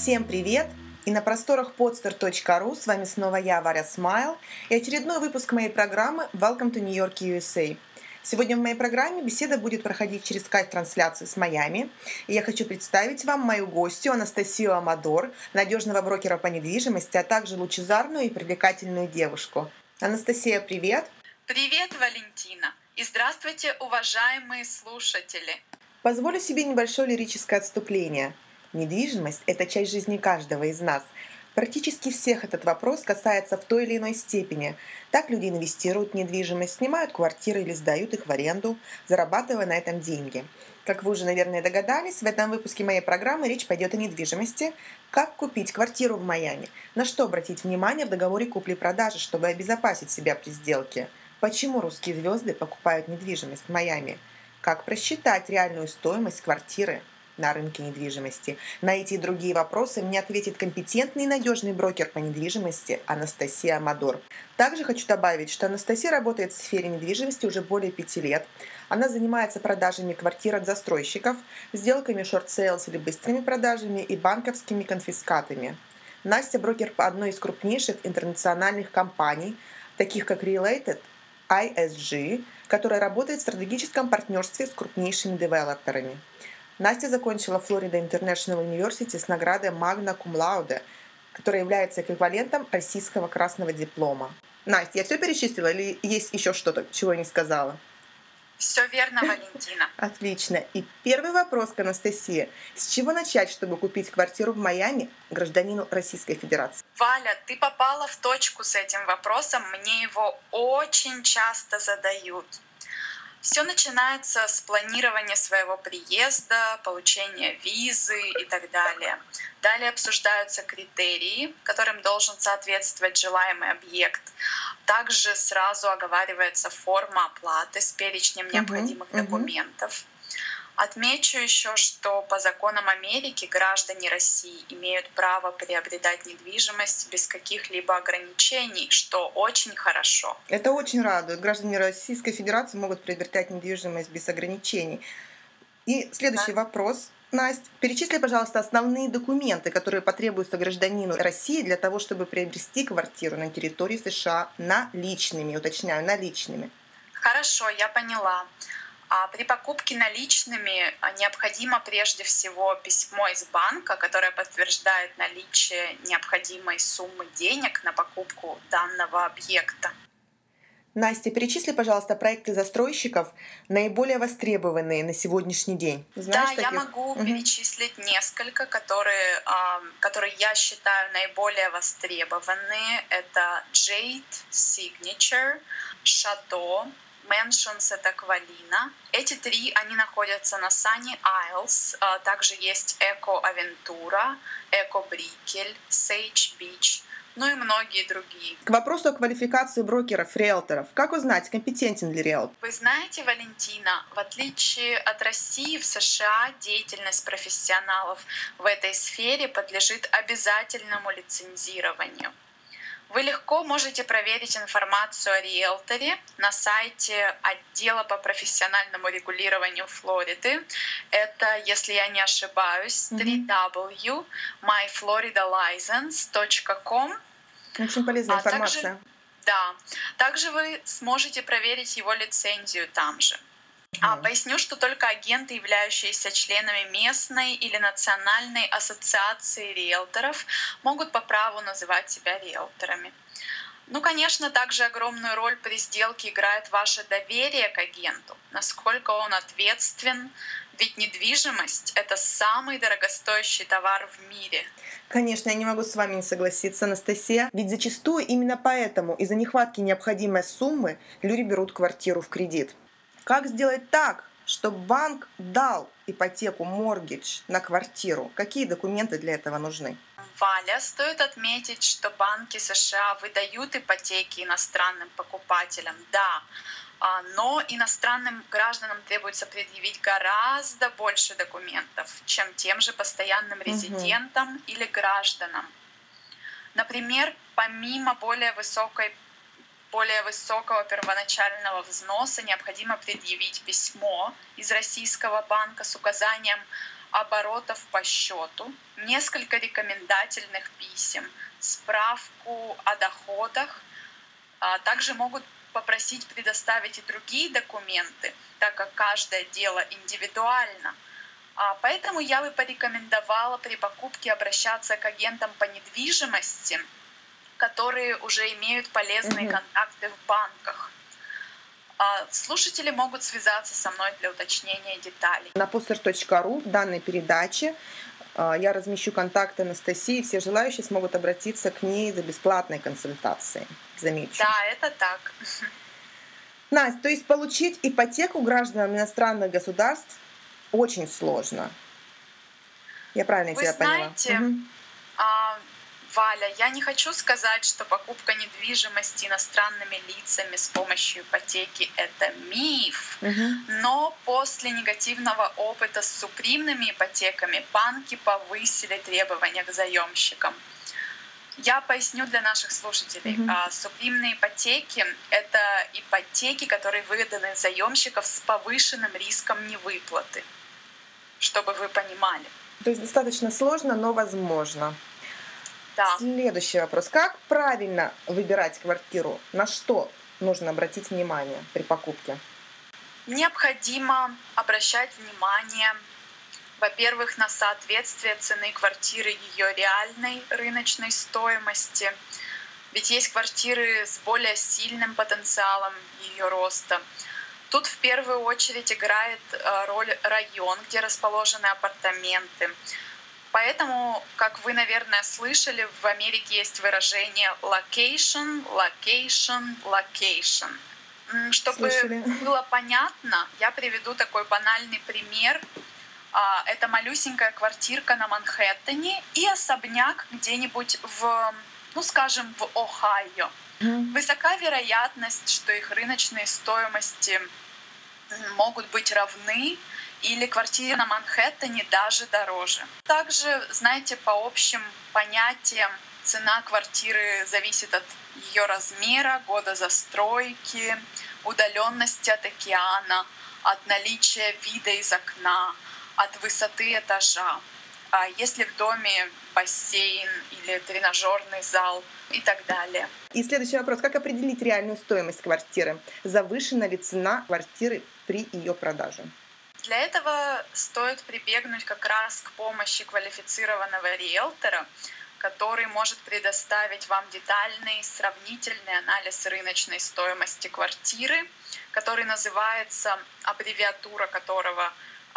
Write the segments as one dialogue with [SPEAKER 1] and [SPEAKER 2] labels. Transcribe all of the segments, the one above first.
[SPEAKER 1] Всем привет! И на просторах podster.ru с вами снова я, Варя Смайл, и очередной выпуск моей программы Welcome to New York, USA. Сегодня в моей программе беседа будет проходить через Skype-трансляцию с Майами, и я хочу представить вам мою гостью Анастасию Амадор, надежного брокера по недвижимости, а также лучезарную и привлекательную девушку. Анастасия, привет!
[SPEAKER 2] Привет, Валентина! И здравствуйте, уважаемые слушатели!
[SPEAKER 1] Позволю себе небольшое лирическое отступление. Недвижимость – это часть жизни каждого из нас. Практически всех этот вопрос касается в той или иной степени. Так люди инвестируют в недвижимость, снимают квартиры или сдают их в аренду, зарабатывая на этом деньги. Как вы уже, наверное, догадались, в этом выпуске моей программы речь пойдет о недвижимости. Как купить квартиру в Майами? На что обратить внимание в договоре купли-продажи, чтобы обезопасить себя при сделке? Почему русские звезды покупают недвижимость в Майами? Как просчитать реальную стоимость квартиры на рынке недвижимости? На эти и другие вопросы мне ответит компетентный и надежный брокер по недвижимости Анастасия Амадор. Также хочу добавить, что Анастасия работает в сфере недвижимости уже более 5 лет. Она занимается продажами квартир от застройщиков, сделками шорт-сейлс или быстрыми продажами и банковскими конфискатами. Настя – брокер по одной из крупнейших интернациональных компаний, таких как Related, ISG, которая работает в стратегическом партнерстве с крупнейшими девелоперами. Настя закончила Florida International University с наградой Magna Cum Laude, которая является эквивалентом российского красного диплома. Настя, я все перечислила или есть еще что-то, чего я не сказала?
[SPEAKER 2] Все верно, Валентина.
[SPEAKER 1] Отлично. И первый вопрос к Анастасии. С чего начать, чтобы купить квартиру в Майами гражданину Российской Федерации?
[SPEAKER 2] Валя, ты попала в точку с этим вопросом. Мне его очень часто задают. Все начинается с планирования своего приезда, получения визы и так далее. Далее обсуждаются критерии, которым должен соответствовать желаемый объект. Также сразу оговаривается форма оплаты с перечнем необходимых документов. Отмечу еще, что по законам Америки граждане России имеют право приобретать недвижимость без каких-либо ограничений, что очень хорошо.
[SPEAKER 1] Это очень радует. Граждане Российской Федерации могут приобретать недвижимость без ограничений. И следующий вопрос. Настя, перечисли, пожалуйста, основные документы, которые потребуются гражданину России для того, чтобы приобрести квартиру на территории США наличными, уточняю, наличными.
[SPEAKER 2] Хорошо, я поняла. При покупке наличными необходимо прежде всего письмо из банка, которое подтверждает наличие необходимой суммы денег на покупку данного объекта.
[SPEAKER 1] Настя, перечисли, пожалуйста, проекты застройщиков, наиболее востребованные на сегодняшний день.
[SPEAKER 2] Знаешь, да, таких? Я могу перечислить несколько, которые я считаю наиболее востребованные. Это Jade, Signature, Chateau, Mansions — это Квалина. Эти три, они находятся на Sunny Isles. Также есть Эко Авентура, Эко Брикель, Sage Beach, ну и многие другие.
[SPEAKER 1] К вопросу о квалификации брокеров, риэлторов. Как узнать, компетентен ли риэлтор?
[SPEAKER 2] Вы знаете, Валентина, в отличие от России, в США деятельность профессионалов в этой сфере подлежит обязательному лицензированию. Вы легко можете проверить информацию о риэлторе на сайте отдела по профессиональному регулированию Флориды. Это, если я не ошибаюсь, www.myfloridalicense.com.
[SPEAKER 1] Очень полезная информация.
[SPEAKER 2] Также вы сможете проверить его лицензию там же. Поясню, что только агенты, являющиеся членами местной или национальной ассоциации риэлторов, могут по праву называть себя риэлторами. Ну, конечно, также огромную роль при сделке играет ваше доверие к агенту, насколько он ответственен, ведь недвижимость — это самый дорогостоящий товар в мире.
[SPEAKER 1] Конечно, я не могу с вами не согласиться, Анастасия. Ведь зачастую именно поэтому, из-за нехватки необходимой суммы, люди берут квартиру в кредит. Как сделать так, чтобы банк дал ипотеку, моргидж на квартиру? Какие документы для этого нужны?
[SPEAKER 2] Валя, стоит отметить, что банки США выдают ипотеки иностранным покупателям, да, но иностранным гражданам требуется предъявить гораздо больше документов, чем тем же постоянным резидентам или гражданам. Например, помимо более высокого первоначального взноса необходимо предъявить письмо из российского банка с указанием оборотов по счету, несколько рекомендательных писем, справку о доходах. Также могут попросить предоставить и другие документы, так как каждое дело индивидуально. Поэтому я бы порекомендовала при покупке обращаться к агентам по недвижимости, которые уже имеют полезные контакты в банках. Слушатели могут связаться со мной для уточнения деталей.
[SPEAKER 1] На poster.ru в данной передаче я размещу контакты Анастасии, и все желающие смогут обратиться к ней за бесплатной консультацией. Замечу.
[SPEAKER 2] Да, это так.
[SPEAKER 1] Настя, то есть получить ипотеку гражданам иностранных государств очень сложно. Я правильно тебя поняла?
[SPEAKER 2] Вы знаете, Валя, я не хочу сказать, что покупка недвижимости иностранными лицами с помощью ипотеки — это миф, но после негативного опыта с супримными ипотеками банки повысили требования к заемщикам. Я поясню для наших слушателей. Супримные ипотеки — это ипотеки, которые выданы заемщиков с повышенным риском невыплаты, чтобы вы понимали.
[SPEAKER 1] То есть достаточно сложно, но возможно.
[SPEAKER 2] Да.
[SPEAKER 1] Следующий вопрос. Как правильно выбирать квартиру? На что нужно обратить внимание при покупке?
[SPEAKER 2] Необходимо обращать внимание, во-первых, на соответствие цены квартиры ее реальной рыночной стоимости. Ведь есть квартиры с более сильным потенциалом ее роста. Тут в первую очередь играет роль район, где расположены апартаменты. Поэтому, как вы, наверное, слышали, в Америке есть выражение location, location, location. Чтобы было понятно, я приведу такой банальный пример. Это малюсенькая квартирка на Манхэттене и особняк где-нибудь скажем, в Ohio. Высока вероятность, что их рыночные стоимости могут быть равны, или квартира на Манхэттене даже дороже. Также, знаете, по общим понятиям, цена квартиры зависит от ее размера, года застройки, удаленности от океана, от наличия вида из окна, от высоты этажа. Если в доме бассейн или тренажерный зал и так далее.
[SPEAKER 1] И следующий вопрос. Как определить реальную стоимость квартиры? Завышена ли цена квартиры при ее продаже?
[SPEAKER 2] Для этого стоит прибегнуть как раз к помощи квалифицированного риэлтора, который может предоставить вам детальный сравнительный анализ рыночной стоимости квартиры, который называется, аббревиатура которого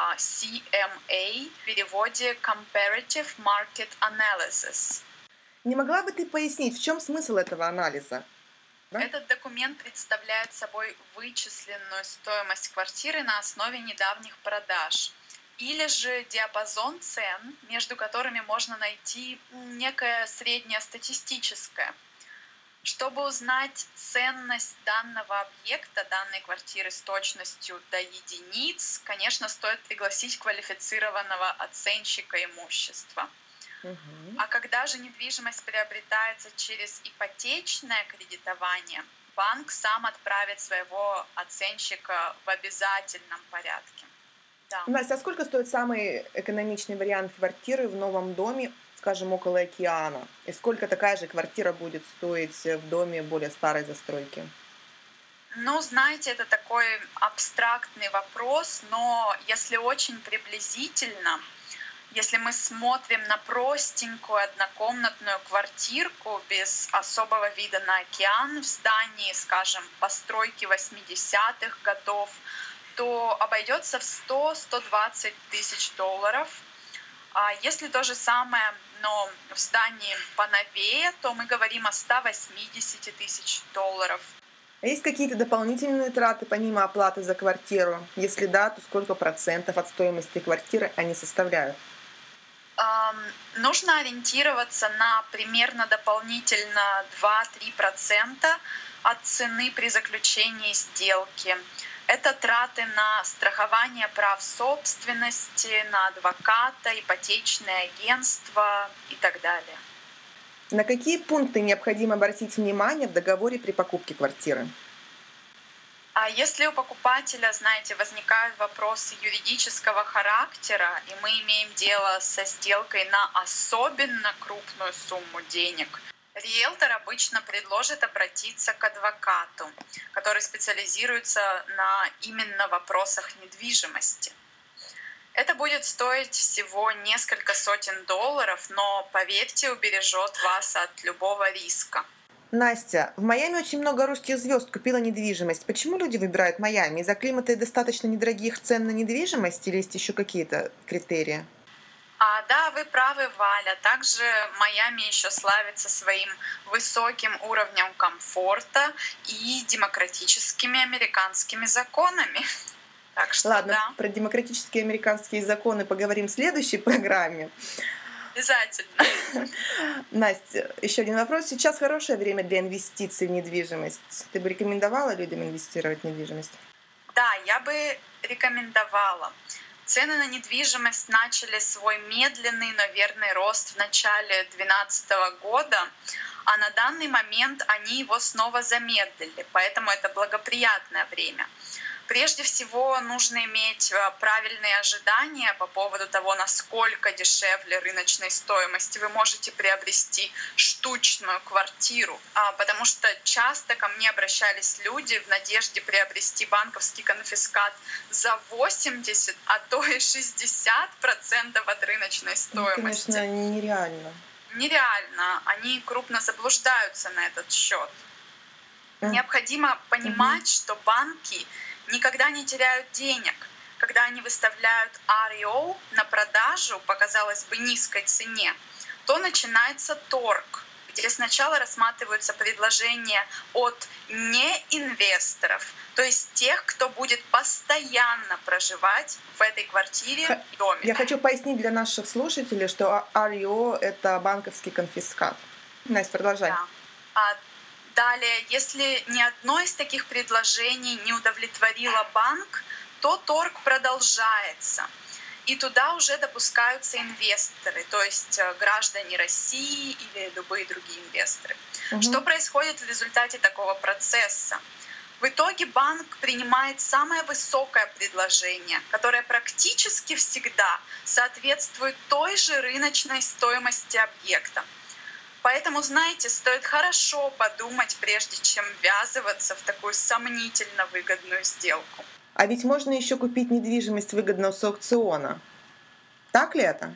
[SPEAKER 2] CMA, в переводе Comparative Market Analysis.
[SPEAKER 1] Не могла бы ты пояснить, в чем смысл этого анализа?
[SPEAKER 2] Да? Этот документ представляет собой вычисленную стоимость квартиры на основе недавних продаж или же диапазон цен, между которыми можно найти некое среднее статистическое. Чтобы узнать ценность данного объекта, данной квартиры с точностью до единиц, конечно, стоит пригласить квалифицированного оценщика имущества. А когда же недвижимость приобретается через ипотечное кредитование, банк сам отправит своего оценщика в обязательном порядке. Да.
[SPEAKER 1] Настя, а сколько стоит самый экономичный вариант квартиры в новом доме, скажем, около океана? И сколько такая же квартира будет стоить в доме более старой застройки?
[SPEAKER 2] Знаете, это такой абстрактный вопрос, но если очень приблизительно, если мы смотрим на простенькую однокомнатную квартирку без особого вида на океан в здании, скажем, постройки 80-х годов, то обойдется в 100-120 тысяч долларов. А если то же самое, но в здании поновее, то мы говорим о 180 тысяч долларов.
[SPEAKER 1] А есть какие-то дополнительные траты помимо оплаты за квартиру? Если да, то сколько процентов от стоимости квартиры они составляют?
[SPEAKER 2] Нужно ориентироваться на примерно дополнительно 2-3% от цены при заключении сделки. Это траты на страхование прав собственности, на адвоката, ипотечное агентство и так далее.
[SPEAKER 1] На какие пункты необходимо обратить внимание в договоре при покупке квартиры?
[SPEAKER 2] А если у покупателя, знаете, возникают вопросы юридического характера, и мы имеем дело со сделкой на особенно крупную сумму денег, риэлтор обычно предложит обратиться к адвокату, который специализируется на именно вопросах недвижимости. Это будет стоить всего несколько сотен долларов, но, поверьте, убережет вас от любого риска.
[SPEAKER 1] Настя, в Майами очень много русских звезд купила недвижимость. Почему люди выбирают Майами? Из-за климата и достаточно недорогих цен на недвижимость или есть еще какие-то критерии?
[SPEAKER 2] Да, вы правы, Валя. Также Майами еще славится своим высоким уровнем комфорта и демократическими американскими законами. Так что
[SPEAKER 1] Ладно,
[SPEAKER 2] да,
[SPEAKER 1] про демократические американские законы поговорим в следующей программе.
[SPEAKER 2] обязательно.
[SPEAKER 1] Настя, еще один вопрос. Сейчас хорошее время для инвестиций в недвижимость. Ты бы рекомендовала людям инвестировать в недвижимость?
[SPEAKER 2] Да, я бы рекомендовала. Цены на недвижимость начали свой медленный, но верный рост в начале 2012 года, а на данный момент они его снова замедлили, поэтому это благоприятное время. Прежде всего, нужно иметь правильные ожидания по поводу того, насколько дешевле рыночной стоимости вы можете приобрести штучную квартиру. Потому что часто ко мне обращались люди в надежде приобрести банковский конфискат за 80, а то и 60% от рыночной стоимости.
[SPEAKER 1] Конечно, нереально.
[SPEAKER 2] Нереально. Они крупно заблуждаются на этот счет. Необходимо понимать, что банки никогда не теряют денег. Когда они выставляют REO на продажу по, казалось бы, низкой цене, то начинается торг, где сначала рассматриваются предложения от неинвесторов, то есть тех, кто будет постоянно проживать в этой квартире, доме.
[SPEAKER 1] Я хочу пояснить для наших слушателей, что REO — это банковский конфискат. Настя, продолжай.
[SPEAKER 2] Да. Далее, если ни одно из таких предложений не удовлетворило банк, то торг продолжается. И туда уже допускаются инвесторы, то есть граждане России или любые другие инвесторы. Что происходит в результате такого процесса? В итоге банк принимает самое высокое предложение, которое практически всегда соответствует той же рыночной стоимости объекта. Поэтому, знаете, стоит хорошо подумать, прежде чем ввязываться в такую сомнительно выгодную сделку.
[SPEAKER 1] А ведь можно еще купить недвижимость выгодно с аукциона. Так ли это?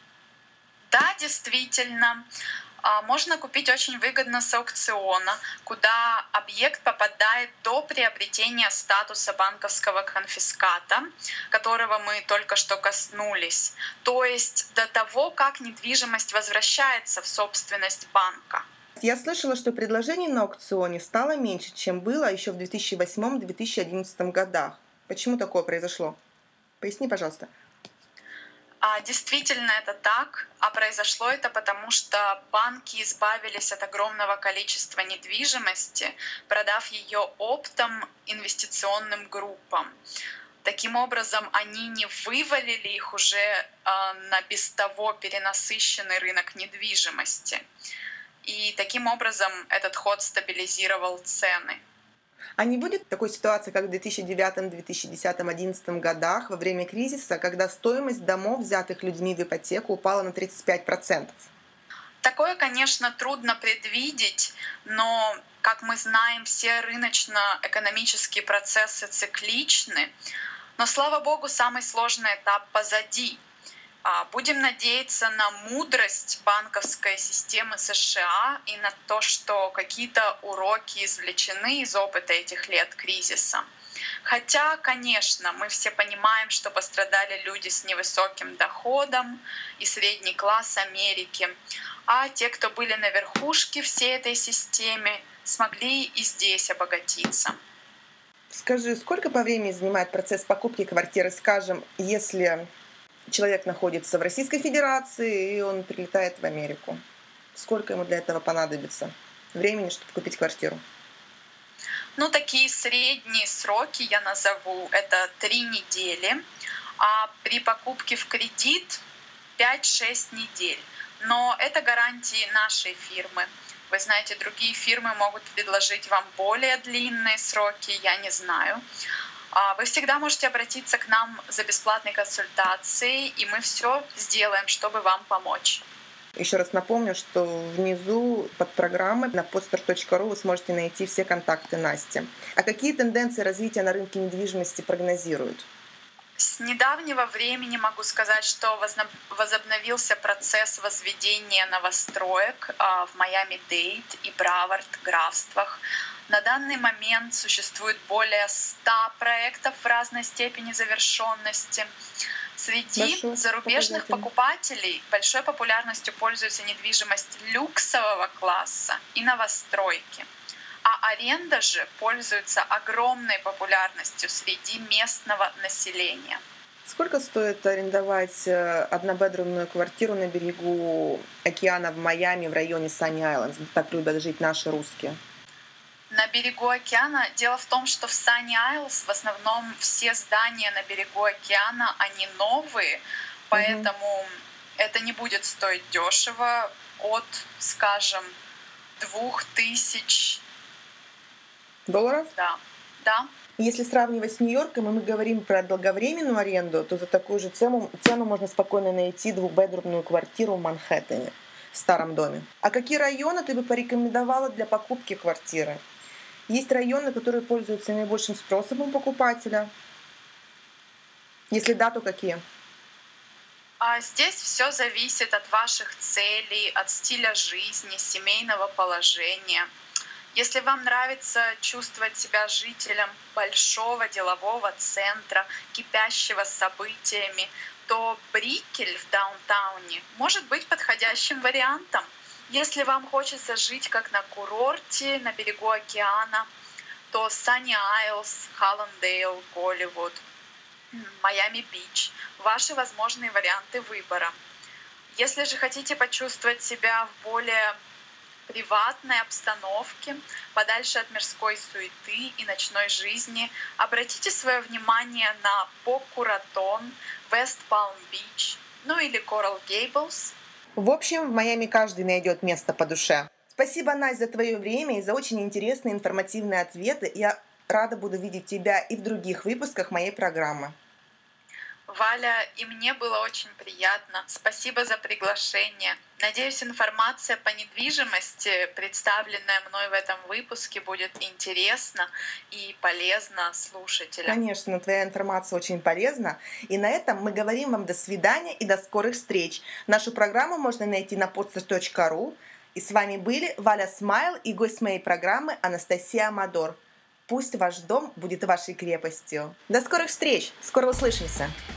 [SPEAKER 2] Да, действительно. Можно купить очень выгодно с аукциона, куда объект попадает до приобретения статуса банковского конфиската, которого мы только что коснулись, то есть до того, как недвижимость возвращается в собственность банка.
[SPEAKER 1] Я слышала, что предложений на аукционе стало меньше, чем было еще в 2008-2011 годах. Почему такое произошло? Поясни, пожалуйста.
[SPEAKER 2] Действительно это так, а произошло это потому, что банки избавились от огромного количества недвижимости, продав ее оптом инвестиционным группам. Таким образом, они не вывалили их уже на без того перенасыщенный рынок недвижимости. И таким образом этот ход стабилизировал цены.
[SPEAKER 1] А не будет такой ситуации, как в 2009, 2010, 2011 годах, во время кризиса, когда стоимость домов, взятых людьми в ипотеку, упала на 35%?
[SPEAKER 2] Такое, конечно, трудно предвидеть, но, как мы знаем, все рыночно-экономические процессы цикличны. Но, слава богу, самый сложный этап позади. Будем надеяться на мудрость банковской системы США и на то, что какие-то уроки извлечены из опыта этих лет кризиса. Хотя, конечно, мы все понимаем, что пострадали люди с невысоким доходом и средний класс Америки, а те, кто были на верхушке всей этой системы, смогли и здесь обогатиться.
[SPEAKER 1] Скажи, сколько по времени занимает процесс покупки квартиры, скажем, если человек находится в Российской Федерации и он прилетает в Америку? Сколько ему для этого понадобится времени, чтобы купить квартиру?
[SPEAKER 2] Такие средние сроки я назову. Это 3 недели, а при покупке в кредит 5-6 недель. Но это гарантии нашей фирмы. Вы знаете, другие фирмы могут предложить вам более длинные сроки, я не знаю. Вы всегда можете обратиться к нам за бесплатной консультацией, и мы все сделаем, чтобы вам помочь.
[SPEAKER 1] Еще раз напомню, что внизу под программой на podstar.ru вы сможете найти все контакты Насти. А какие тенденции развития на рынке недвижимости прогнозируют?
[SPEAKER 2] С недавнего времени могу сказать, что возобновился процесс возведения новостроек в Майами-Дейд и Бравард графствах. На данный момент существует более 100 проектов в разной степени завершенности. Среди зарубежных покупателей большой популярностью пользуется недвижимость люксового класса и новостройки. А аренда же пользуется огромной популярностью среди местного населения.
[SPEAKER 1] Сколько стоит арендовать однобедрумную квартиру на берегу океана в Майами в районе Санни-Айлендс, где так любят жить наши русские?
[SPEAKER 2] На берегу океана. Дело в том, что в Санни-Айлс в основном все здания на берегу океана, они новые, поэтому это не будет стоить дешево от, скажем, $2000. Да.
[SPEAKER 1] Если сравнивать с Нью-Йорком, и мы говорим про долговременную аренду, то за такую же цену можно спокойно найти двухбедрумную квартиру в Манхэттене, в старом доме. А какие районы ты бы порекомендовала для покупки квартиры? Есть районы, которые пользуются наибольшим спросом у покупателя. Если да, то какие?
[SPEAKER 2] Здесь все зависит от ваших целей, от стиля жизни, семейного положения. Если вам нравится чувствовать себя жителем большого делового центра, кипящего событиями, то Брикель в даунтауне может быть подходящим вариантом. Если вам хочется жить как на курорте на берегу океана, то Санни-Айлс, Халлендейл, Голливуд, Майами-Бич — ваши возможные варианты выбора. Если же хотите почувствовать себя в более приватной обстановке, подальше от мирской суеты и ночной жизни, обратите свое внимание на Бока-Ратон, Вест-Палм-Бич, или Коралл Гейблс.
[SPEAKER 1] В общем, в Майами каждый найдет место по душе. Спасибо, Настя, за твое время и за очень интересные информативные ответы. Я рада буду видеть тебя и в других выпусках моей программы.
[SPEAKER 2] Валя, и мне было очень приятно. Спасибо за приглашение. Надеюсь, информация по недвижимости, представленная мной в этом выпуске, будет интересна и полезна слушателям.
[SPEAKER 1] Конечно, твоя информация очень полезна. И на этом мы говорим вам до свидания и до скорых встреч. Нашу программу можно найти на podstar.ru. И с вами были Валя Смайл и гость моей программы Анастасия Амадор. Пусть ваш дом будет вашей крепостью. До скорых встреч! Скоро услышимся!